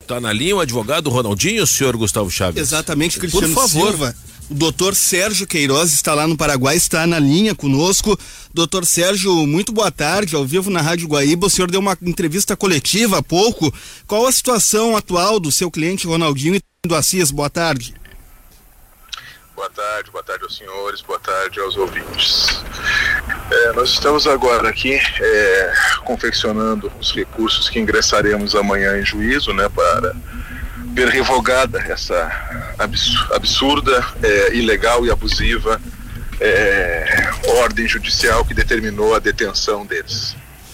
Tá na linha o advogado Ronaldinho, senhor Gustavo Chaves? Exatamente, Cristiano Por favor. Silva. O doutor Sérgio Queiroz está lá no Paraguai, está na linha conosco. Doutor Sérgio, muito boa tarde, ao vivo na Rádio Guaíba. O senhor deu uma entrevista coletiva há pouco. Qual a situação atual do seu cliente Ronaldinho e do Assis? Boa tarde. Boa tarde aos senhores, boa tarde aos ouvintes. Nós estamos agora aqui confeccionando os recursos que ingressaremos amanhã em juízo, né, para ver revogada essa absurda, ilegal e abusiva ordem judicial que determinou a detenção deles.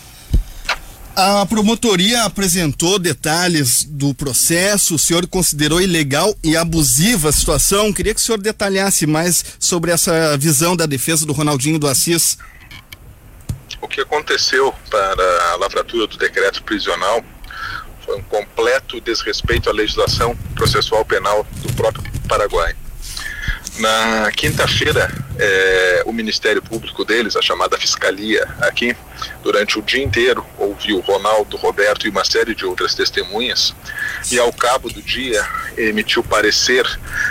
A promotoria apresentou detalhes do processo, o senhor considerou ilegal e abusiva a situação. Queria que o senhor detalhasse mais sobre essa visão da defesa do Ronaldinho do Assis. O que aconteceu para a lavratura do decreto prisional foi um completo desrespeito à legislação processual penal do próprio Paraguai. Na quinta-feira, o Ministério Público deles, a chamada Fiscalia aqui, durante o dia inteiro, ouviu Ronaldo, Roberto e uma série de outras testemunhas, e ao cabo do dia emitiu parecer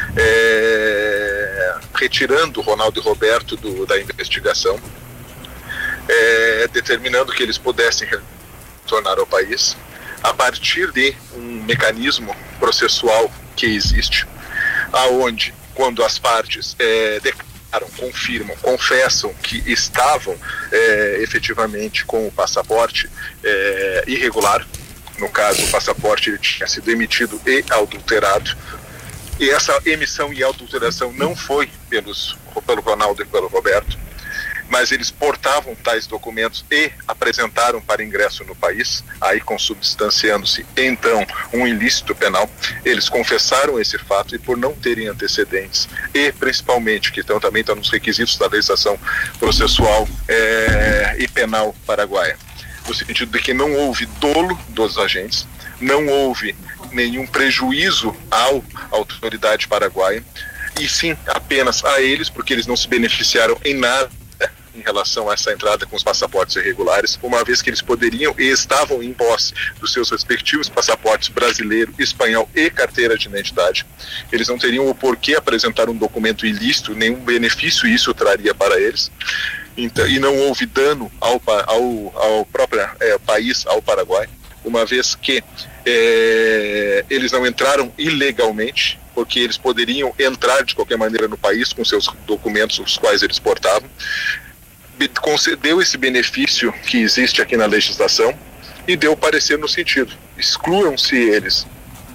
retirando Ronaldo e Roberto da investigação, determinando que eles pudessem retornar ao país, a partir de um mecanismo processual que existe, aonde, quando as partes declaram, confirmam, confessam que estavam efetivamente com o passaporte irregular, no caso o passaporte ele tinha sido emitido e adulterado, e essa emissão e adulteração não foi pelo Ronaldo e pelo Roberto, mas eles portavam tais documentos e apresentaram para ingresso no país, aí consubstanciando-se então um ilícito penal. Eles confessaram esse fato e, por não terem antecedentes e principalmente que também está nos requisitos da legislação processual e penal paraguaia, no sentido de que não houve dolo dos agentes, não houve nenhum prejuízo à autoridade paraguaia, e sim apenas a eles, porque eles não se beneficiaram em nada em relação a essa entrada com os passaportes irregulares, uma vez que eles poderiam e estavam em posse dos seus respectivos passaportes brasileiro, espanhol e carteira de identidade. Eles não teriam o porquê apresentar um documento ilícito, nenhum benefício isso traria para eles. Então, e não houve dano ao próprio país, ao Paraguai, uma vez que eles não entraram ilegalmente, porque eles poderiam entrar de qualquer maneira no país com seus documentos, os quais eles portavam. Concedeu esse benefício que existe aqui na legislação e deu parecer no sentido: excluam-se eles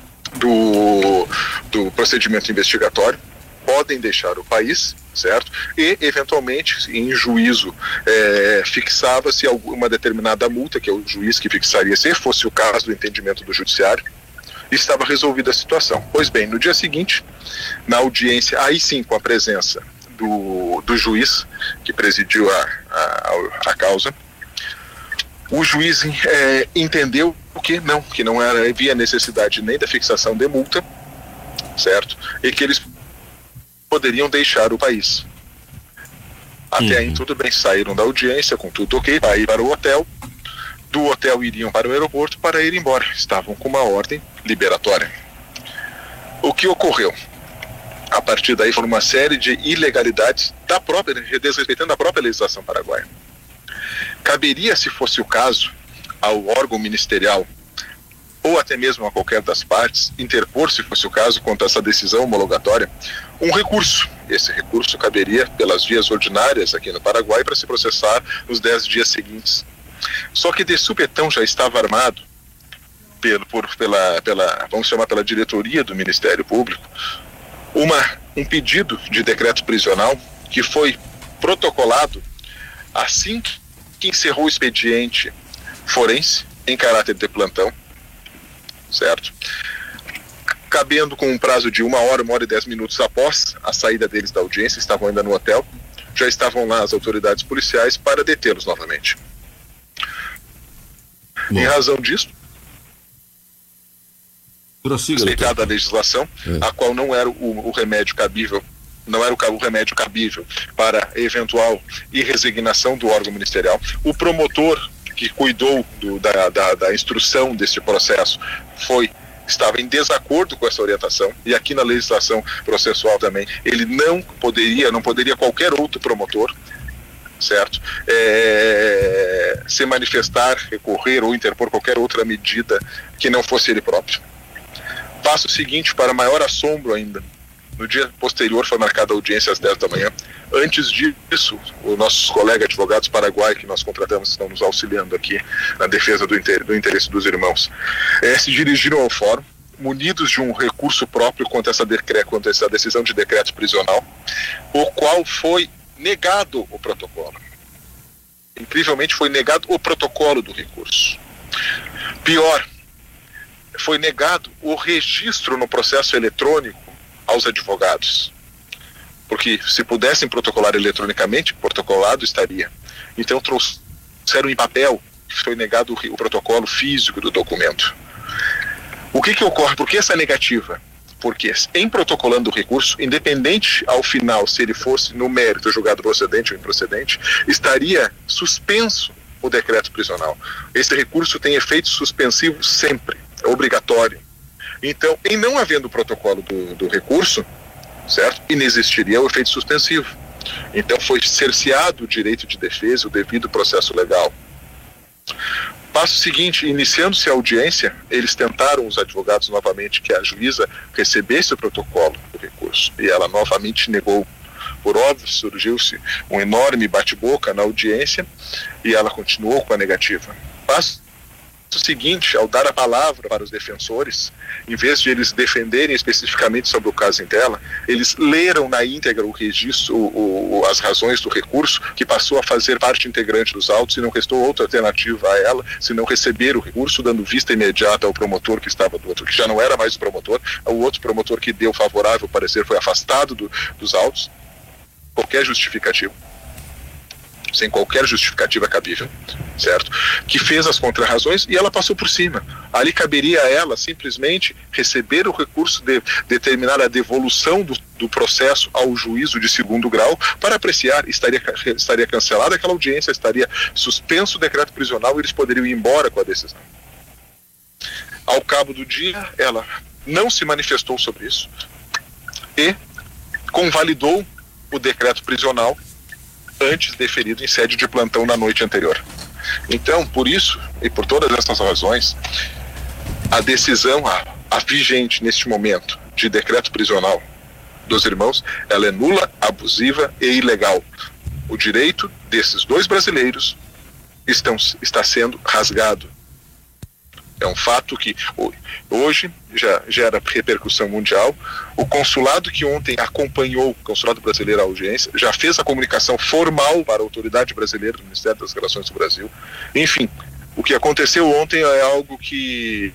do procedimento investigatório, podem deixar o país, certo? E, eventualmente, em juízo, fixava-se uma determinada multa, que é o juiz que fixaria, se fosse o caso do entendimento do judiciário, e estava resolvida a situação. Pois bem, no dia seguinte, na audiência, aí sim, com a presença do juiz que presidiu a causa, o juiz entendeu que não havia necessidade nem da fixação de multa, certo? E que eles poderiam deixar o país. Até aí tudo bem, saíram da audiência com tudo ok, para ir para o hotel, do hotel iriam para o aeroporto para ir embora, estavam com uma ordem liberatória. O que ocorreu? A partir daí foram uma série de ilegalidades desrespeitando a própria legislação paraguaia. Caberia, se fosse o caso, ao órgão ministerial ou até mesmo a qualquer das partes interpor, se fosse o caso, contra essa decisão homologatória, um recurso. Esse recurso caberia pelas vias ordinárias aqui no Paraguai para se processar nos 10 dias seguintes. Só que de supetão já estava armado vamos chamar pela diretoria do Ministério Público, um pedido de decreto prisional que foi protocolado assim que encerrou o expediente forense em caráter de plantão, certo? Cabendo com um prazo de 1 hora, 1 hora e 10 minutos após a saída deles da audiência, estavam ainda no hotel, já estavam lá as autoridades policiais para detê-los novamente. Em razão disso, respeitada a legislação, a qual não era o remédio cabível, não era o remédio cabível para eventual irresignação do órgão ministerial. O promotor que cuidou da instrução deste processo foi estava em desacordo com essa orientação, e aqui na legislação processual também, ele não poderia qualquer outro promotor, certo? Se manifestar, recorrer ou interpor qualquer outra medida que não fosse ele próprio. Passo seguinte, para maior assombro ainda, no dia posterior foi marcada a audiência às 10 da manhã. Antes disso, os nossos colegas advogados paraguaios que nós contratamos estão nos auxiliando aqui na defesa do interesse dos irmãos. Se dirigiram ao fórum, munidos de um recurso próprio contra essa decisão de decreto prisional, o qual foi negado o protocolo. Incrivelmente foi negado o protocolo do recurso. Pior, foi negado o registro no processo eletrônico aos advogados. Porque se pudessem protocolar eletronicamente, protocolado estaria. Então trouxeram em papel, foi negado o protocolo físico do documento. O que ocorre? Por que essa negativa? Porque em protocolando o recurso, independente ao final se ele fosse no mérito julgado procedente ou improcedente, estaria suspenso o decreto prisional. Esse recurso tem efeito suspensivo sempre, é obrigatório. Então, em não havendo o protocolo do recurso, certo? Inexistiria o efeito suspensivo. Então foi cerceado o direito de defesa, o devido processo legal. Passo seguinte, iniciando-se a audiência, eles tentaram, os advogados, novamente, que a juíza recebesse o protocolo do recurso, e ela novamente negou. Por óbvio, surgiu-se um enorme bate-boca na audiência, e ela continuou com a negativa. Passo seguinte, ao dar a palavra para os defensores, em vez de eles defenderem especificamente sobre o caso em tela, eles leram na íntegra o registro, as razões do recurso, que passou a fazer parte integrante dos autos, e não restou outra alternativa a ela, se não receber o recurso, dando vista imediata ao promotor que estava do outro, que já não era mais o promotor, o outro promotor que deu favorável parecer foi afastado dos autos, qualquer justificativa. Sem qualquer justificativa cabível, certo? Que fez as contrarrazões e ela passou por cima. Ali caberia a ela simplesmente receber o recurso, determinar a devolução do processo ao juízo de segundo grau para apreciar, estaria cancelada aquela audiência, estaria suspenso o decreto prisional e eles poderiam ir embora com a decisão. Ao cabo do dia, ela não se manifestou sobre isso e convalidou o decreto prisional antes deferido em sede de plantão na noite anterior. Então, por isso e por todas essas razões, a decisão, a vigente neste momento de decreto prisional dos irmãos, ela é nula, abusiva e ilegal. O direito desses dois brasileiros está sendo rasgado. É um fato que hoje já gera repercussão mundial. O consulado que ontem acompanhou, o consulado brasileiro à audiência, já fez a comunicação formal para a autoridade brasileira do Ministério das Relações do Brasil. Enfim, o que aconteceu ontem é algo que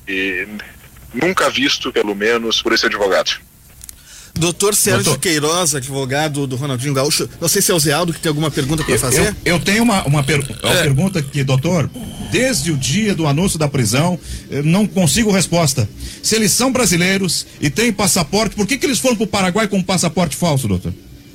nunca visto, pelo menos, por esse advogado. Doutor Sérgio Queiroz, advogado do Ronaldinho Gaúcho. Não sei se é o Zé Aldo que tem alguma pergunta para fazer. Eu tenho uma pergunta aqui, doutor. Desde o dia do anúncio da prisão, eu não consigo resposta. Se eles são brasileiros e têm passaporte, por que eles foram para o Paraguai com um passaporte falso, doutor?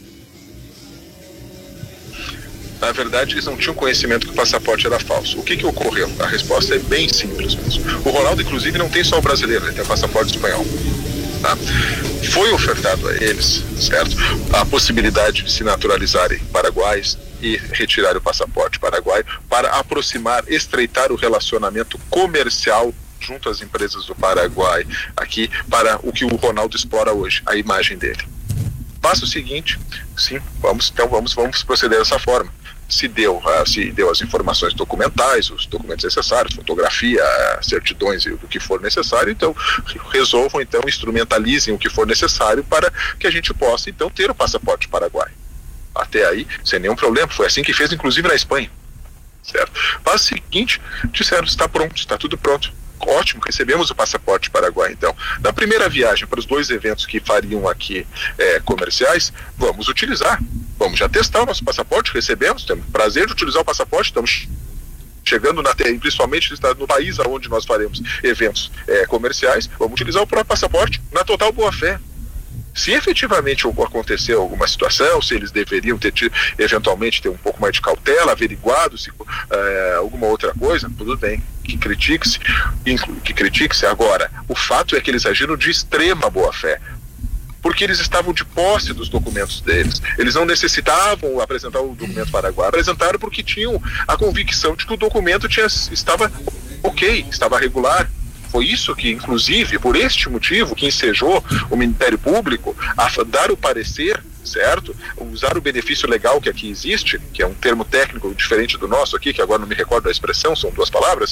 Na verdade, eles não tinham conhecimento que o passaporte era falso. O que ocorreu? A resposta é bem simples mesmo. O Ronaldo, inclusive, não tem só o brasileiro, ele tem passaporte espanhol. Tá? Foi ofertado a eles, certo, a possibilidade de se naturalizarem paraguaios e retirar o passaporte paraguaio para aproximar, estreitar o relacionamento comercial junto às empresas do Paraguai aqui, para o que o Ronaldo explora hoje, a imagem dele. Passo seguinte, sim, vamos proceder dessa forma. Se deu as informações documentais, os documentos necessários, fotografia, certidões e o que for necessário, então resolvam, então instrumentalizem o que for necessário para que a gente possa então ter o passaporte paraguaio. Até aí, sem nenhum problema, foi assim que fez inclusive na Espanha, certo? Passo seguinte, disseram, está pronto, está tudo pronto. Ótimo, recebemos o passaporte paraguaio então. Na primeira viagem para os dois eventos que fariam aqui comerciais, vamos utilizar, vamos já testar o nosso passaporte, recebemos, temos prazer de utilizar o passaporte, estamos chegando principalmente no país onde nós faremos eventos comerciais, vamos utilizar o próprio passaporte na total boa-fé. Se efetivamente acontecer alguma situação, se eles deveriam eventualmente ter um pouco mais de cautela, averiguado se alguma outra coisa, tudo bem, que critique-se agora. O fato é que eles agiram de extrema boa-fé, porque eles estavam de posse dos documentos deles. Eles não necessitavam apresentar o documento paraguaio, apresentaram porque tinham a convicção de que o documento estava ok, estava regular. Foi isso que, inclusive, por este motivo, que ensejou o Ministério Público a dar o parecer, certo? Usar o benefício legal que aqui existe, que é um termo técnico diferente do nosso aqui, que agora não me recordo da expressão, são 2 palavras.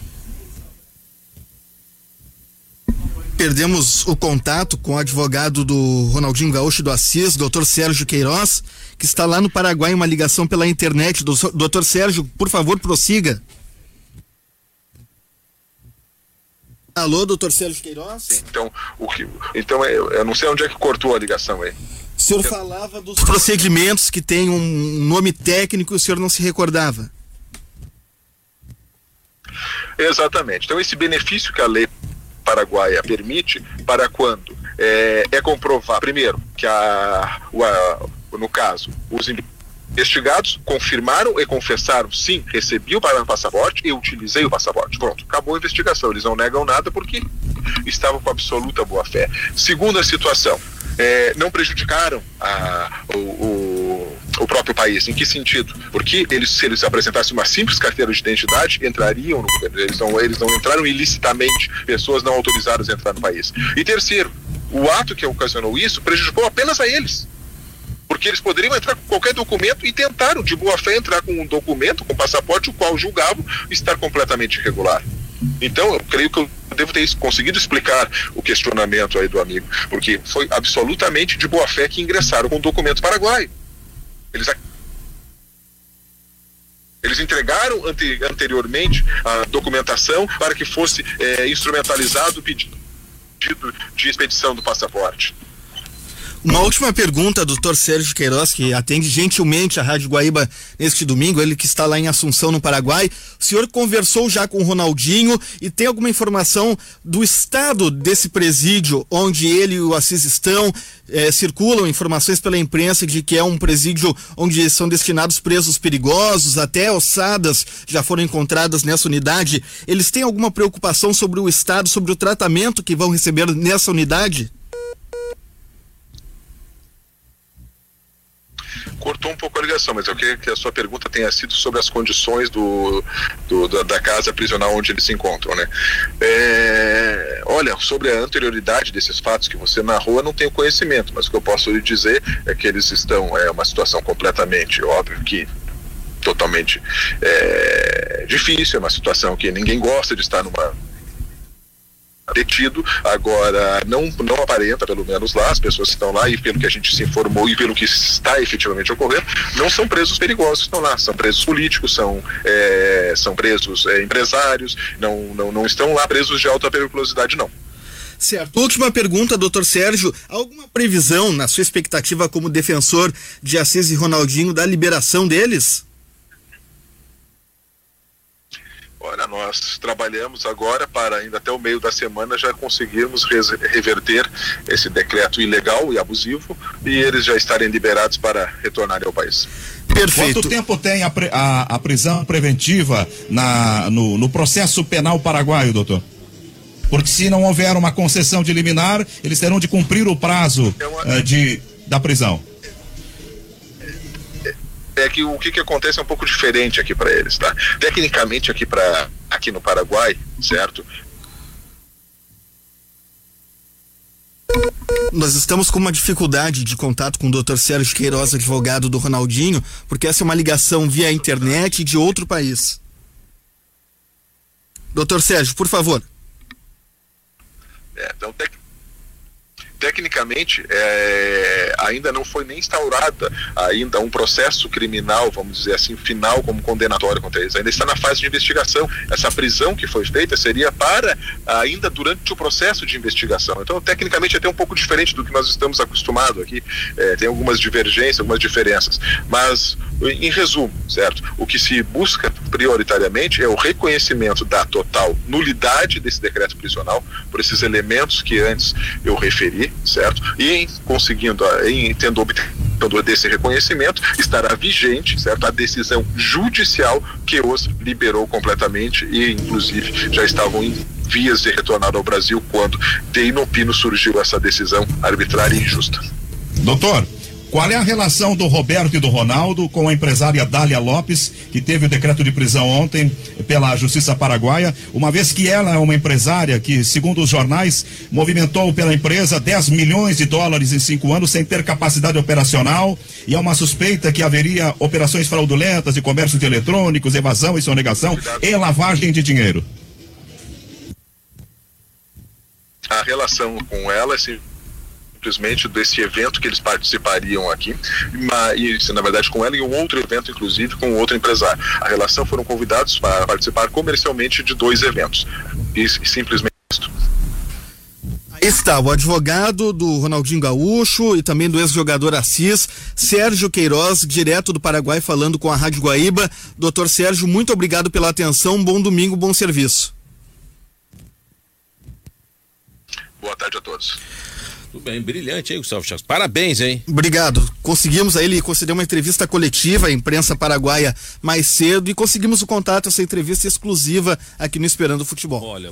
Perdemos o contato com o advogado do Ronaldinho Gaúcho do Assis, Dr. Sérgio Queiroz, que está lá no Paraguai, uma ligação pela internet. Dr. Sérgio, por favor, prossiga. Alô, doutor Sérgio Queiroz? Sim, então eu não sei onde é que cortou a ligação aí. O senhor falava dos procedimentos que tem um nome técnico e o senhor não se recordava. Exatamente. Então esse benefício que a lei paraguaia permite, para quando é comprovar, primeiro, que no caso, os investigados confirmaram e confessaram, sim, recebi o passaporte e utilizei o passaporte. Pronto, acabou a investigação. Eles não negam nada porque estavam com absoluta boa-fé. Segunda situação, não prejudicaram o próprio país. Em que sentido? Porque se eles apresentassem uma simples carteira de identidade, entrariam no governo. Eles não entraram ilicitamente, pessoas não autorizadas a entrar no país. E terceiro, o ato que ocasionou isso prejudicou apenas a eles. Porque eles poderiam entrar com qualquer documento e tentaram, de boa fé, entrar com um documento, com um passaporte, o qual julgavam estar completamente irregular. Então, eu creio que eu devo ter conseguido explicar o questionamento aí do amigo, porque foi absolutamente de boa fé que ingressaram com o documento paraguaio. Eles entregaram anteriormente a documentação para que fosse instrumentalizado o pedido de expedição do passaporte. Uma última pergunta, doutor Sérgio Queiroz, que atende gentilmente a Rádio Guaíba neste domingo, ele que está lá em Assunção, no Paraguai. O senhor conversou já com o Ronaldinho e tem alguma informação do estado desse presídio onde ele e o Assis estão? Circulam informações pela imprensa de que é um presídio onde são destinados presos perigosos, até ossadas já foram encontradas nessa unidade. Eles têm alguma preocupação sobre o estado, sobre o tratamento que vão receber nessa unidade? Cortou um pouco a ligação, mas eu queria que a sua pergunta tenha sido sobre as condições da casa prisional onde eles se encontram, né? Olha, sobre a anterioridade desses fatos que você narrou, eu não tenho conhecimento, mas o que eu posso lhe dizer é que eles estão, uma situação completamente, óbvio que totalmente difícil, é uma situação que ninguém gosta de estar detido, agora não aparenta, pelo menos lá, as pessoas que estão lá, e pelo que a gente se informou e pelo que está efetivamente ocorrendo, não são presos perigosos que estão lá, são presos políticos, são presos empresários, não estão lá presos de alta periculosidade, não. Certo. Última pergunta, doutor Sérgio, alguma previsão, na sua expectativa como defensor de Assis e Ronaldinho, da liberação deles? Olha, nós trabalhamos agora para ainda até o meio da semana já conseguirmos reverter esse decreto ilegal e abusivo e eles já estarem liberados para retornarem ao país. Perfeito. Quanto tempo tem a prisão preventiva no processo penal paraguaio, doutor? Porque se não houver uma concessão de liminar, eles terão de cumprir o prazo da prisão. Que o que acontece é um pouco diferente aqui para eles, tá? Tecnicamente aqui no Paraguai, certo? Nós estamos com uma dificuldade de contato com o Dr. Sérgio Queiroz, advogado do Ronaldinho, porque essa é uma ligação via internet de outro país. Dr. Sérgio, por favor. Então, tecnicamente, ainda não foi nem instaurada ainda um processo criminal, vamos dizer assim, final como condenatório contra eles. Ainda está na fase de investigação. Essa prisão que foi feita seria ainda durante o processo de investigação. Então, tecnicamente, é até um pouco diferente do que nós estamos acostumados aqui. Tem algumas divergências, algumas diferenças. Mas, em resumo, certo? O que se busca prioritariamente é o reconhecimento da total nulidade desse decreto prisional por esses elementos que antes eu referi, certo? E tendo obtido Então, desse reconhecimento estará vigente, certo, a decisão judicial que os liberou completamente e, inclusive, já estavam em vias de retornar ao Brasil quando de inopino surgiu essa decisão arbitrária e injusta. Doutor, qual é a relação do Roberto e do Ronaldo com a empresária Dália Lopes, que teve o decreto de prisão ontem pela Justiça Paraguaia, uma vez que ela é uma empresária que, segundo os jornais, movimentou pela empresa 10 milhões de dólares em 5 anos sem ter capacidade operacional, e há uma suspeita que haveria operações fraudulentas de comércio de eletrônicos, evasão e sonegação e lavagem de dinheiro? A relação com ela é simplesmente desse evento que eles participariam aqui, e na verdade com ela e um outro evento, inclusive com outro empresário. A relação, foram convidados para participar comercialmente de 2 eventos. E simplesmente isso. Aí está o advogado do Ronaldinho Gaúcho e também do ex-jogador Assis, Sérgio Queiroz, direto do Paraguai, falando com a Rádio Guaíba. Doutor Sérgio, muito obrigado pela atenção, bom domingo, bom serviço. Boa tarde a todos. Tudo bem, brilhante, hein, Gustavo Chagas? Parabéns, hein? Obrigado. Conseguimos aí, ele concedeu uma entrevista coletiva à imprensa paraguaia mais cedo e conseguimos o contato, essa entrevista exclusiva aqui no Esperando o Futebol. Olha.